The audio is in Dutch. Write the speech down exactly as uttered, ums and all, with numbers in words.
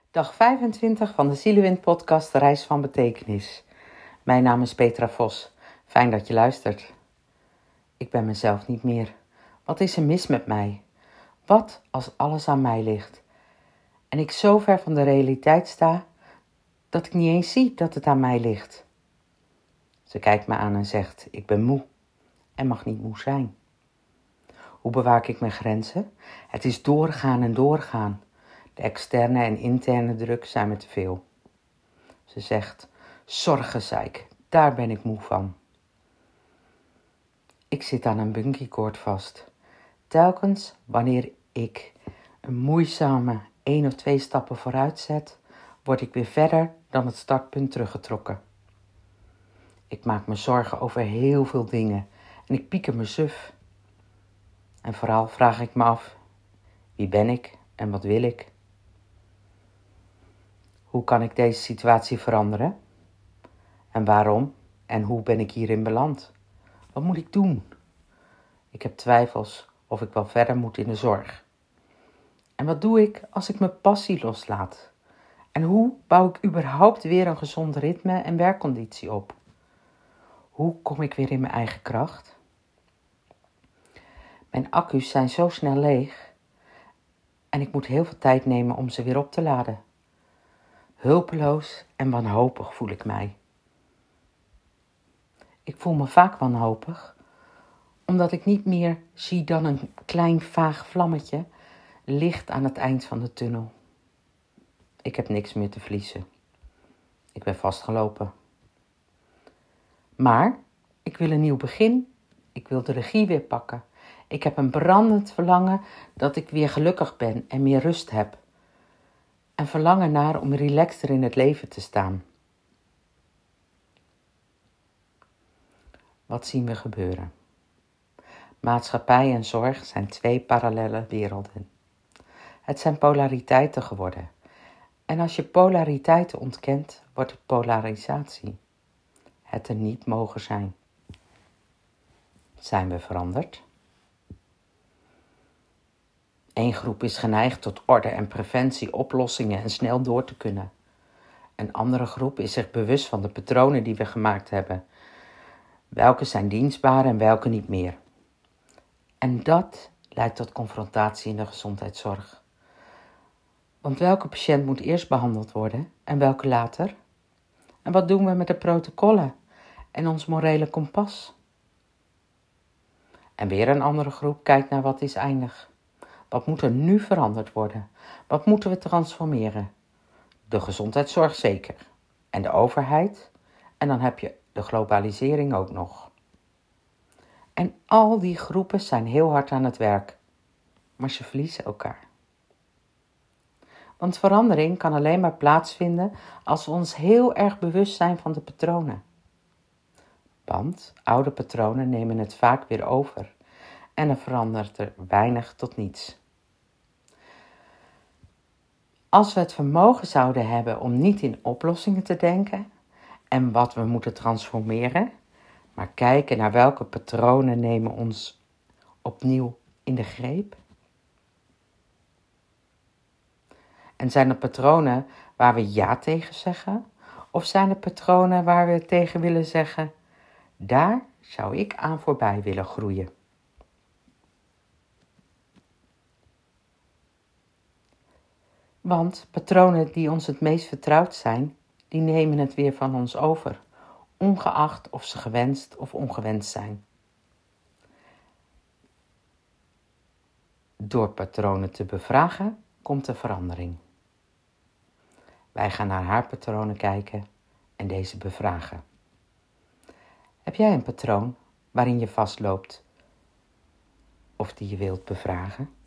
Dag vijfentwintig van de Zielewind podcast De Reis van Betekenis. Mijn naam is Petra Vos. Fijn dat je luistert. Ik ben mezelf niet meer. Wat is er mis met mij? Wat als alles aan mij ligt? En ik zo ver van de realiteit sta dat ik niet eens zie dat het aan mij ligt. Ze kijkt me aan en zegt, ik ben moe en mag niet moe zijn. Hoe bewaak ik mijn grenzen? Het is doorgaan en doorgaan. De externe en interne druk zijn me te veel. Ze zegt, zorgenzeik, daar ben ik moe van. Ik zit aan een bungee-koord vast. Telkens wanneer ik een moeizame één of twee stappen vooruit zet, word ik weer verder dan het startpunt teruggetrokken. Ik maak me zorgen over heel veel dingen en ik pieker me suf. En vooral vraag ik me af, wie ben ik en wat wil ik? Hoe kan ik deze situatie veranderen? En waarom en hoe ben ik hierin beland? Wat moet ik doen? Ik heb twijfels of ik wel verder moet in de zorg. En wat doe ik als ik mijn passie loslaat? En hoe bouw ik überhaupt weer een gezond ritme en werkconditie op? Hoe kom ik weer in mijn eigen kracht? Mijn accu's zijn zo snel leeg en ik moet heel veel tijd nemen om ze weer op te laden. Hulpeloos en wanhopig voel ik mij. Ik voel me vaak wanhopig, omdat ik niet meer zie dan een klein vaag vlammetje, licht aan het eind van de tunnel. Ik heb niks meer te verliezen. Ik ben vastgelopen. Maar ik wil een nieuw begin. Ik wil de regie weer pakken. Ik heb een brandend verlangen dat ik weer gelukkig ben en meer rust heb. En verlangen naar om relaxter in het leven te staan. Wat zien we gebeuren? Maatschappij en zorg zijn twee parallelle werelden. Het zijn polariteiten geworden. En als je polariteiten ontkent, wordt het polarisatie. Het er niet mogen zijn. Zijn we veranderd? Eén groep is geneigd tot orde en preventie, oplossingen en snel door te kunnen. Een andere groep is zich bewust van de patronen die we gemaakt hebben. Welke zijn dienstbaar en welke niet meer. En dat leidt tot confrontatie in de gezondheidszorg. Want welke patiënt moet eerst behandeld worden en welke later? En wat doen we met de protocollen en ons morele kompas? En weer een andere groep kijkt naar wat is eindig. Wat moet er nu veranderd worden? Wat moeten we transformeren? De gezondheidszorg zeker. En de overheid. En dan heb je de globalisering ook nog. En al die groepen zijn heel hard aan het werk. Maar ze verliezen elkaar. Want verandering kan alleen maar plaatsvinden als we ons heel erg bewust zijn van de patronen. Want oude patronen nemen het vaak weer over. En er verandert er weinig tot niets. Als we het vermogen zouden hebben om niet in oplossingen te denken en wat we moeten transformeren, maar kijken naar welke patronen nemen ons opnieuw in de greep. En zijn er patronen waar we ja tegen zeggen? Of zijn er patronen waar we tegen willen zeggen, daar zou ik aan voorbij willen groeien? Want patronen die ons het meest vertrouwd zijn, die nemen het weer van ons over, ongeacht of ze gewenst of ongewenst zijn. Door patronen te bevragen, komt er verandering. Wij gaan naar haar patronen kijken en deze bevragen. Heb jij een patroon waarin je vastloopt of die je wilt bevragen?